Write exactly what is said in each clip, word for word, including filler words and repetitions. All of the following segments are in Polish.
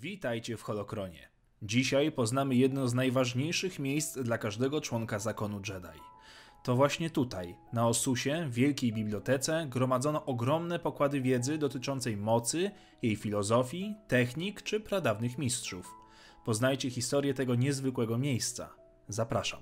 Witajcie w Holokronie. Dzisiaj poznamy jedno z najważniejszych miejsc dla każdego członka zakonu Jedi. To właśnie tutaj, na Ossusie, w Wielkiej Bibliotece, gromadzono ogromne pokłady wiedzy dotyczącej mocy, jej filozofii, technik czy pradawnych mistrzów. Poznajcie historię tego niezwykłego miejsca. Zapraszam.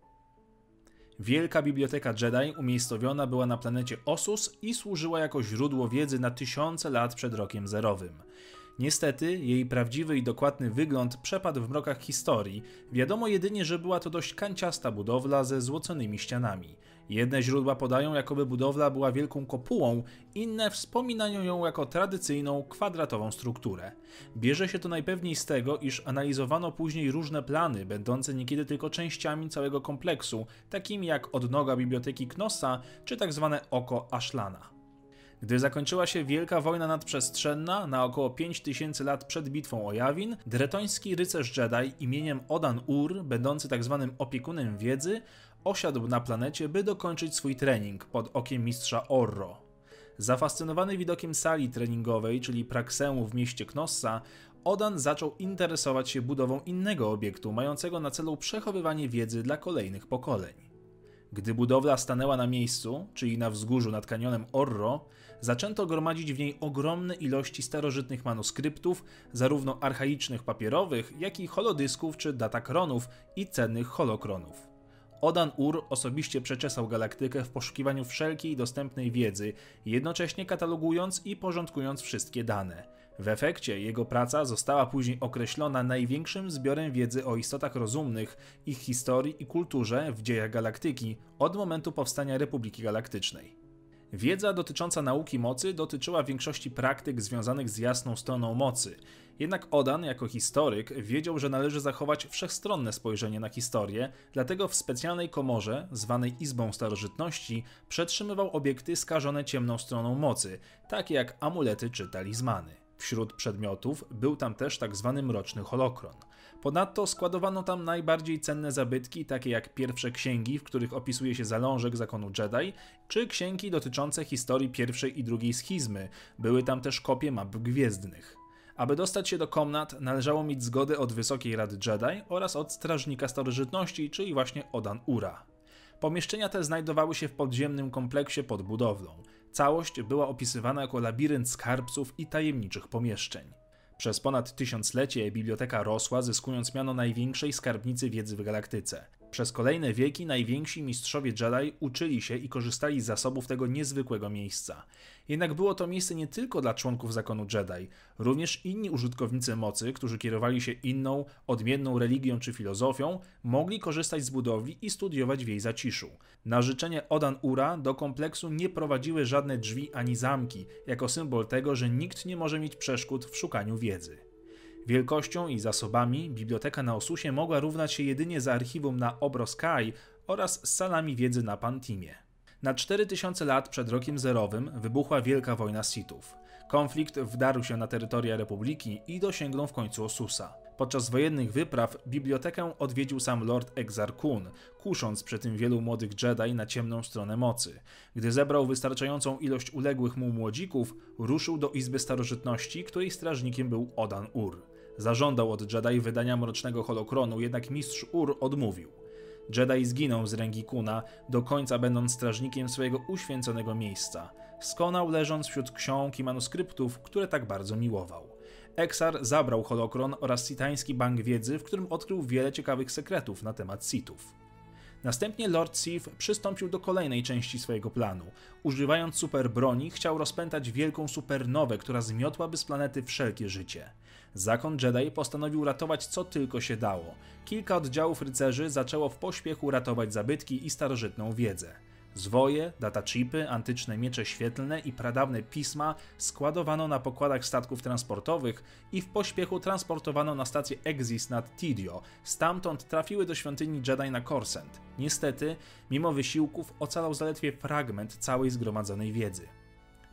Wielka Biblioteka Jedi umiejscowiona była na planecie Ossus i służyła jako źródło wiedzy na tysiące lat przed rokiem zerowym. Niestety, jej prawdziwy i dokładny wygląd przepadł w mrokach historii. Wiadomo jedynie, że była to dość kanciasta budowla ze złoconymi ścianami. Jedne źródła podają, jakoby budowla była wielką kopułą, inne wspominają ją jako tradycyjną, kwadratową strukturę. Bierze się to najpewniej z tego, iż analizowano później różne plany, będące niekiedy tylko częściami całego kompleksu, takimi jak odnoga Biblioteki Knossa czy tak zwane oko Ashlana. Gdy zakończyła się Wielka Wojna Nadprzestrzenna na około pięć tysięcy lat przed bitwą o Yavin, dretoński rycerz Jedi imieniem Odan-Urr, będący tzw. opiekunem wiedzy, osiadł na planecie, by dokończyć swój trening pod okiem mistrza Orro. Zafascynowany widokiem sali treningowej, czyli Praxeumu w mieście Knossa, Odan zaczął interesować się budową innego obiektu, mającego na celu przechowywanie wiedzy dla kolejnych pokoleń. Gdy budowla stanęła na miejscu, czyli na wzgórzu nad kanionem Orro, zaczęto gromadzić w niej ogromne ilości starożytnych manuskryptów, zarówno archaicznych papierowych, jak i holodysków czy datakronów i cennych holokronów. Odan-Urr osobiście przeczesał galaktykę w poszukiwaniu wszelkiej dostępnej wiedzy, jednocześnie katalogując i porządkując wszystkie dane. W efekcie jego praca została później określona największym zbiorem wiedzy o istotach rozumnych, ich historii i kulturze w dziejach galaktyki od momentu powstania Republiki Galaktycznej. Wiedza dotycząca nauki mocy dotyczyła w większości praktyk związanych z jasną stroną mocy. Jednak Odan, jako historyk, wiedział, że należy zachować wszechstronne spojrzenie na historię, dlatego w specjalnej komorze, zwanej Izbą Starożytności, przetrzymywał obiekty skażone ciemną stroną mocy, takie jak amulety czy talizmany. Wśród przedmiotów był tam też tzw. mroczny holokron. Ponadto składowano tam najbardziej cenne zabytki, takie jak pierwsze księgi, w których opisuje się zalążek zakonu Jedi, czy księgi dotyczące historii pierwszej i drugiej schizmy. Były tam też kopie map gwiezdnych. Aby dostać się do komnat, należało mieć zgodę od Wysokiej Rady Jedi oraz od Strażnika Starożytności, czyli właśnie Odan-Urra. Pomieszczenia te znajdowały się w podziemnym kompleksie pod budowlą. Całość była opisywana jako labirynt skarbców i tajemniczych pomieszczeń. Przez ponad tysiąclecie biblioteka rosła, zyskując miano największej skarbnicy wiedzy w galaktyce. Przez kolejne wieki najwięksi mistrzowie Jedi uczyli się i korzystali z zasobów tego niezwykłego miejsca. Jednak było to miejsce nie tylko dla członków zakonu Jedi, również inni użytkownicy mocy, którzy kierowali się inną, odmienną religią czy filozofią, mogli korzystać z budowli i studiować w jej zaciszu. Na życzenie Odan-Urra do kompleksu nie prowadziły żadne drzwi ani zamki, jako symbol tego, że nikt nie może mieć przeszkód w szukaniu wiedzy. Wielkością i zasobami biblioteka na Ossusie mogła równać się jedynie z archiwum na Obro-Sky oraz z salami wiedzy na Pantimie. Na cztery tysiące lat przed rokiem zerowym wybuchła Wielka Wojna Sithów. Konflikt wdarł się na terytoria Republiki i dosięgnął w końcu Ossusa. Podczas wojennych wypraw bibliotekę odwiedził sam Lord Exar Kun, kusząc przy tym wielu młodych Jedi na ciemną stronę mocy. Gdy zebrał wystarczającą ilość uległych mu młodzików, ruszył do Izby Starożytności, której strażnikiem był Odan-Urr. Zażądał od Jedi wydania mrocznego holokronu, jednak mistrz Urr odmówił. Jedi zginął z ręki Kuna, do końca będąc strażnikiem swojego uświęconego miejsca. Skonał leżąc wśród ksiąg i manuskryptów, które tak bardzo miłował. Exar zabrał holokron oraz sitański bank wiedzy, w którym odkrył wiele ciekawych sekretów na temat Sithów. Następnie Lord Sith przystąpił do kolejnej części swojego planu. Używając super broni, chciał rozpętać wielką supernowę, która zmiotłaby z planety wszelkie życie. Zakon Jedi postanowił ratować co tylko się dało. Kilka oddziałów rycerzy zaczęło w pośpiechu ratować zabytki i starożytną wiedzę. Zwoje, datachipy, antyczne miecze świetlne i pradawne pisma składowano na pokładach statków transportowych i w pośpiechu transportowano na stację Exis nad Tidio. Stamtąd trafiły do świątyni Jedi na Coruscant. Niestety, mimo wysiłków ocalał zaledwie fragment całej zgromadzonej wiedzy.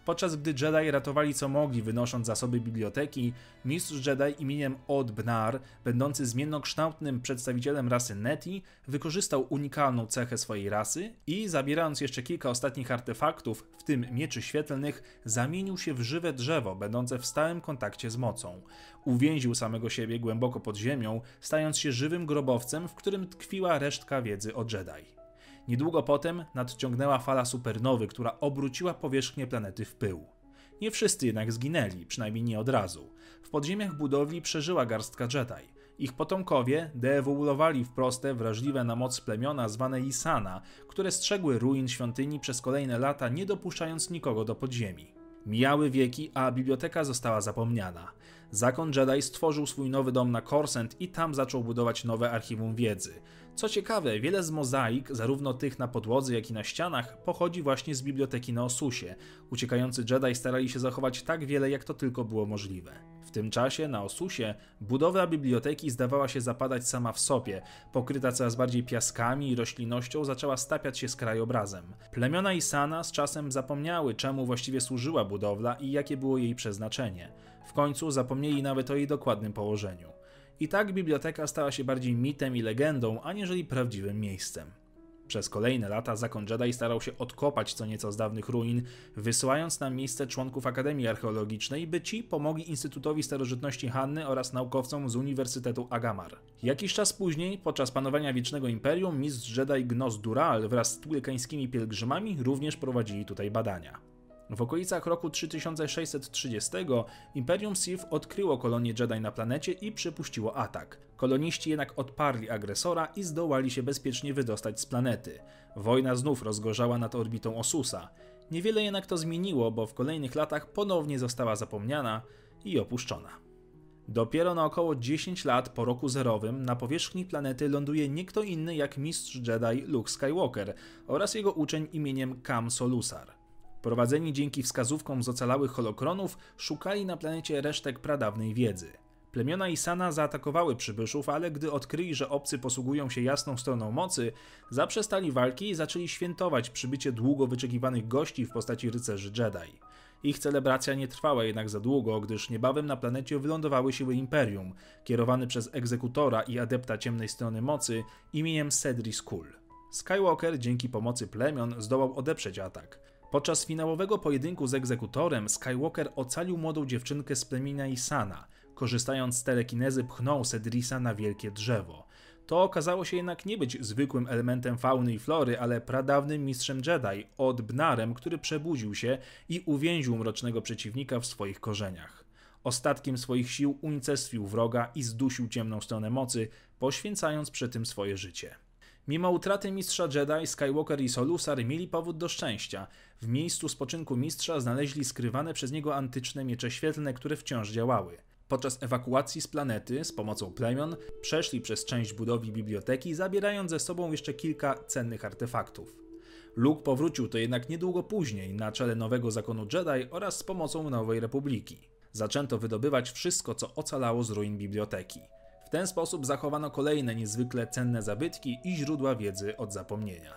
Podczas gdy Jedi ratowali co mogli, wynosząc zasoby biblioteki, mistrz Jedi imieniem Ood Bnar, będący zmiennokształtnym przedstawicielem rasy Neti, wykorzystał unikalną cechę swojej rasy i, zabierając jeszcze kilka ostatnich artefaktów, w tym mieczy świetlnych, zamienił się w żywe drzewo, będące w stałym kontakcie z mocą. Uwięził samego siebie głęboko pod ziemią, stając się żywym grobowcem, w którym tkwiła resztka wiedzy o Jedi. Niedługo potem nadciągnęła fala supernowy, która obróciła powierzchnię planety w pył. Nie wszyscy jednak zginęli, przynajmniej nie od razu. W podziemiach budowli przeżyła garstka Jedi. Ich potomkowie deewoluowali w proste, wrażliwe na moc plemiona zwane Ysanna, które strzegły ruin świątyni przez kolejne lata, nie dopuszczając nikogo do podziemi. Mijały wieki, a biblioteka została zapomniana. Zakon Jedi stworzył swój nowy dom na Coruscant i tam zaczął budować nowe archiwum wiedzy. Co ciekawe, wiele z mozaik, zarówno tych na podłodze, jak i na ścianach, pochodzi właśnie z biblioteki na Osusie. Uciekający Jedi starali się zachować tak wiele, jak to tylko było możliwe. W tym czasie na Osusie budowla biblioteki zdawała się zapadać sama w sobie. Pokryta coraz bardziej piaskami i roślinnością, zaczęła stapiać się z krajobrazem. Plemiona Ysanna z czasem zapomniały, czemu właściwie służyła budowla i jakie było jej przeznaczenie. W końcu zapomnieli nawet o jej dokładnym położeniu. I tak biblioteka stała się bardziej mitem i legendą, aniżeli prawdziwym miejscem. Przez kolejne lata Zakon Jedi starał się odkopać co nieco z dawnych ruin, wysyłając na miejsce członków Akademii Archeologicznej, by ci pomogli Instytutowi Starożytności Hanny oraz naukowcom z Uniwersytetu Agamar. Jakiś czas później, podczas panowania Wiecznego Imperium, mistrz Jedi Gnos Dural wraz z twi'lekańskimi pielgrzymami również prowadzili tutaj badania. W okolicach roku trzy tysiące sześćset trzydziestego Imperium Sith odkryło kolonię Jedi na planecie i przypuściło atak. Koloniści jednak odparli agresora i zdołali się bezpiecznie wydostać z planety. Wojna znów rozgorzała nad orbitą Osusa. Niewiele jednak to zmieniło, bo w kolejnych latach ponownie została zapomniana i opuszczona. Dopiero na około dziesięć lat po roku zerowym na powierzchni planety ląduje nie kto inny jak mistrz Jedi Luke Skywalker oraz jego uczeń imieniem Kam Solusar. Prowadzeni dzięki wskazówkom z ocalałych holokronów, szukali na planecie resztek pradawnej wiedzy. Plemiona Ysanna zaatakowały przybyszów, ale gdy odkryli, że obcy posługują się jasną stroną mocy, zaprzestali walki i zaczęli świętować przybycie długo wyczekiwanych gości w postaci rycerzy Jedi. Ich celebracja nie trwała jednak za długo, gdyż niebawem na planecie wylądowały siły Imperium, kierowany przez egzekutora i adepta ciemnej strony mocy imieniem Cedric Kull. Skywalker dzięki pomocy plemion zdołał odeprzeć atak. Podczas finałowego pojedynku z egzekutorem Skywalker ocalił młodą dziewczynkę z plemienia Ysanna. Korzystając z telekinezy pchnął Cedrica na wielkie drzewo. To okazało się jednak nie być zwykłym elementem fauny i flory, ale pradawnym mistrzem Jedi, Ood Bnarem, który przebudził się i uwięził mrocznego przeciwnika w swoich korzeniach. Ostatkiem swoich sił unicestwił wroga i zdusił ciemną stronę mocy, poświęcając przy tym swoje życie. Mimo utraty mistrza Jedi, Skywalker i Solusar mieli powód do szczęścia. W miejscu spoczynku mistrza znaleźli skrywane przez niego antyczne miecze świetlne, które wciąż działały. Podczas ewakuacji z planety z pomocą plemion przeszli przez część budowli biblioteki, zabierając ze sobą jeszcze kilka cennych artefaktów. Luke powrócił to jednak niedługo później na czele nowego zakonu Jedi oraz z pomocą Nowej Republiki. Zaczęto wydobywać wszystko, co ocalało z ruin biblioteki. W ten sposób zachowano kolejne niezwykle cenne zabytki i źródła wiedzy od zapomnienia.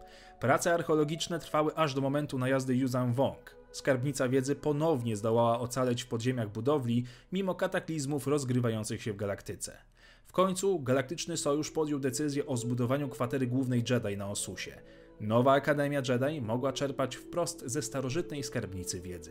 Prace archeologiczne trwały aż do momentu najazdy Yuuzhan Vong. Skarbnica wiedzy ponownie zdołała ocaleć w podziemiach budowli, mimo kataklizmów rozgrywających się w galaktyce. W końcu Galaktyczny Sojusz podjął decyzję o zbudowaniu kwatery głównej Jedi na Osusie. Nowa Akademia Jedi mogła czerpać wprost ze starożytnej skarbnicy wiedzy.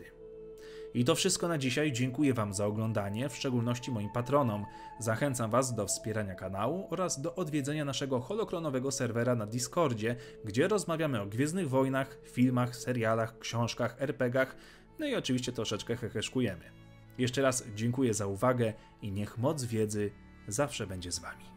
I to wszystko na dzisiaj. Dziękuję Wam za oglądanie, w szczególności moim patronom. Zachęcam Was do wspierania kanału oraz do odwiedzenia naszego holokronowego serwera na Discordzie, gdzie rozmawiamy o Gwiezdnych Wojnach, filmach, serialach, książkach, er pe gach, no i oczywiście troszeczkę heheszkujemy. Jeszcze raz dziękuję za uwagę i niech moc wiedzy zawsze będzie z Wami.